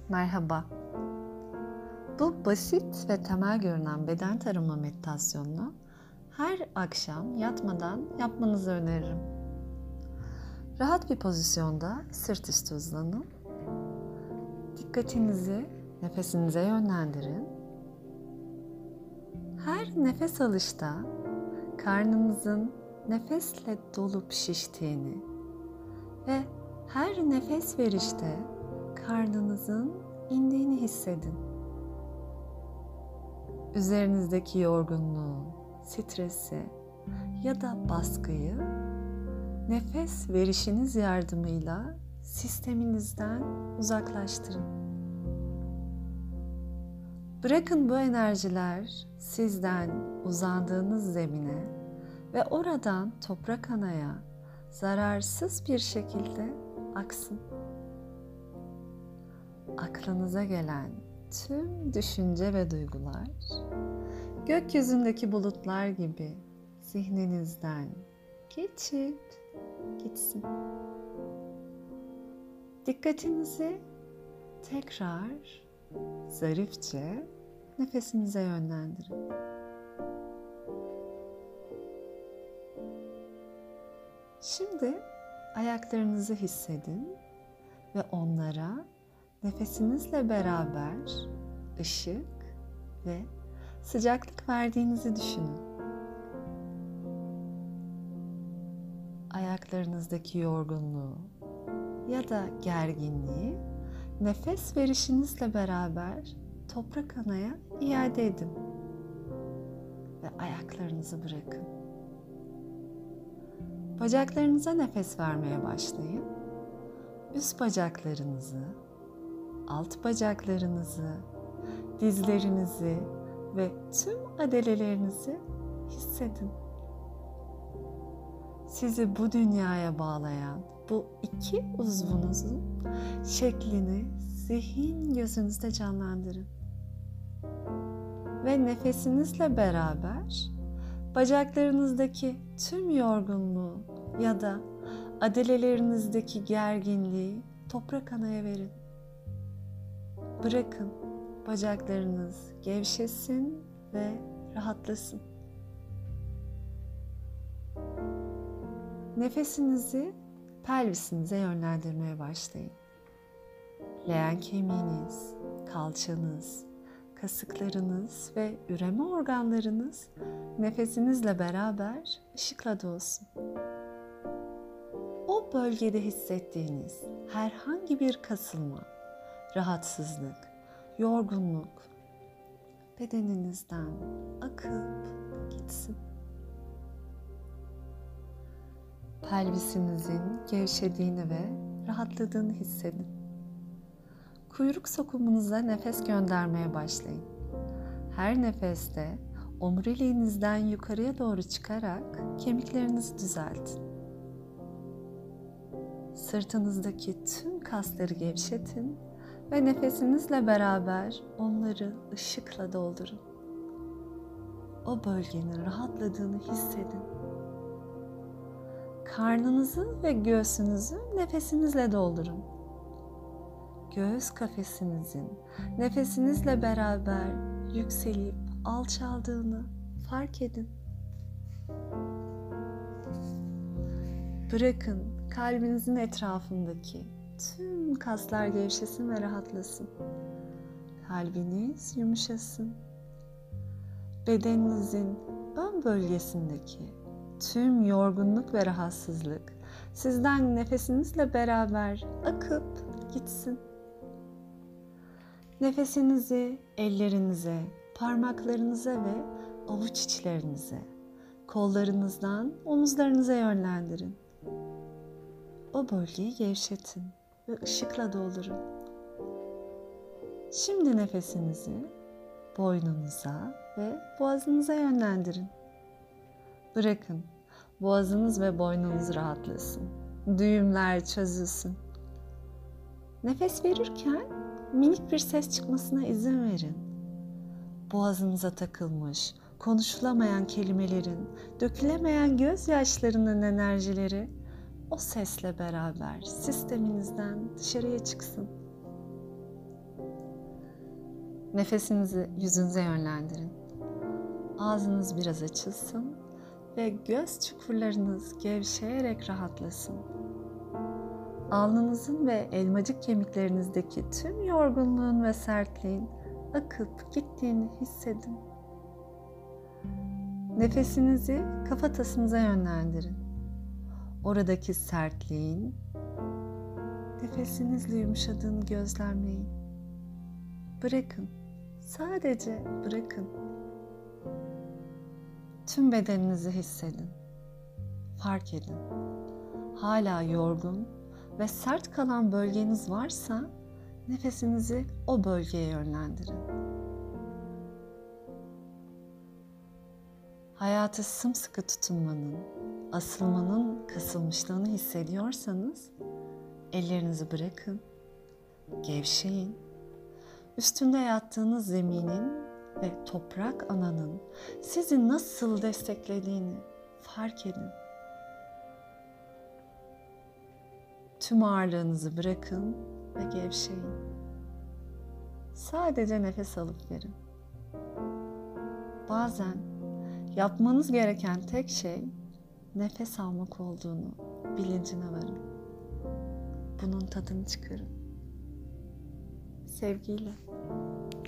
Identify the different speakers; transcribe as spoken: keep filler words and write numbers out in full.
Speaker 1: Merhaba. Bu basit ve temel görünen beden tarama meditasyonunu her akşam yatmadan yapmanızı öneririm. Rahat bir pozisyonda sırt üstü uzanın. Dikkatinizi nefesinize yönlendirin. Her nefes alışta karnınızın nefesle dolup şiştiğini ve her nefes verişte karnınızın indiğini hissedin. Üzerinizdeki yorgunluğu, stresi ya da baskıyı nefes verişiniz yardımıyla sisteminizden uzaklaştırın. Bırakın bu enerjiler sizden uzandığınız zemine ve oradan toprak anaya zararsız bir şekilde aksın. Aklınıza gelen tüm düşünce ve duygular gökyüzündeki bulutlar gibi zihninizden geçip gitsin. Dikkatinizi tekrar zarifçe nefesinize yönlendirin. Şimdi ayaklarınızı hissedin ve onlara nefesinizle beraber ışık ve sıcaklık verdiğinizi düşünün. Ayaklarınızdaki yorgunluğu ya da gerginliği nefes verişinizle beraber toprak anaya iade edin ve ayaklarınızı bırakın. Bacaklarınıza nefes vermeye başlayın. Üst bacaklarınızı, alt bacaklarınızı, dizlerinizi ve tüm adelelerinizi hissedin. Sizi bu dünyaya bağlayan bu iki uzvunuzun şeklini zihin gözünüzde canlandırın. Ve nefesinizle beraber bacaklarınızdaki tüm yorgunluğu ya da adelelerinizdeki gerginliği toprak anaya verin. Bırakın bacaklarınız gevşesin ve rahatlasın. Nefesinizi pelvisinize yönlendirmeye başlayın. Leğen kemiğiniz, kalçanız, kasıklarınız ve üreme organlarınız nefesinizle beraber ışıkla dolsun. O bölgede hissettiğiniz herhangi bir kasılma, rahatsızlık, yorgunluk bedeninizden akıp gitsin. Pelvisinizin gevşediğini ve rahatladığını hissedin. Kuyruk sokumunuza nefes göndermeye başlayın. Her nefeste omuriliğinizden yukarıya doğru çıkarak kemiklerinizi düzeltin. Sırtınızdaki tüm kasları gevşetin ve nefesinizle beraber onları ışıkla doldurun. O bölgenin rahatladığını hissedin. Karnınızı ve göğsünüzü nefesinizle doldurun. Göğüs kafesinizin nefesinizle beraber yükselip alçaldığını fark edin. Bırakın kalbinizin etrafındaki tüm kaslar gevşesin ve rahatlasın. Kalbiniz yumuşasın. Bedeninizin ön bölgesindeki tüm yorgunluk ve rahatsızlık sizden nefesinizle beraber akıp gitsin. Nefesinizi ellerinize, parmaklarınıza ve avuç içlerinize, kollarınızdan omuzlarınıza yönlendirin. O bölgeyi gevşetin ve ışıkla doldurun. Şimdi nefesinizi boynunuza ve boğazınıza yönlendirin. Bırakın boğazınız ve boynunuz rahatlasın. Düğümler çözülsün. Nefes verirken minik bir ses çıkmasına izin verin. Boğazınıza takılmış, konuşulamayan kelimelerin, dökülemeyen gözyaşlarının enerjileri o sesle beraber sisteminizden dışarıya çıksın. Nefesinizi yüzünüze yönlendirin. Ağzınız biraz açılsın ve göz çukurlarınız gevşeyerek rahatlasın. Alnınızın ve elmacık kemiklerinizdeki tüm yorgunluğun ve sertliğin akıp gittiğini hissedin. Nefesinizi kafatasınıza yönlendirin. Oradaki sertliğin nefesinizle yumuşadığını gözlemleyin. Bırakın, sadece bırakın. Tüm bedeninizi hissedin, fark edin. Hala yorgun ve sert kalan bölgeniz varsa nefesinizi o bölgeye yönlendirin. Hayata sımsıkı tutunmanın, asılmanın kasılmışlığını hissediyorsanız ellerinizi bırakın, gevşeyin. Üstünde yattığınız zeminin ve toprak ananın sizi nasıl desteklediğini fark edin. Tüm ağırlığınızı bırakın ve gevşeyin. Sadece nefes alıp verin. Bazen yapmanız gereken tek şey nefes almak olduğunu bilincine varın. Bunun tadını çıkarın. Sevgiyle.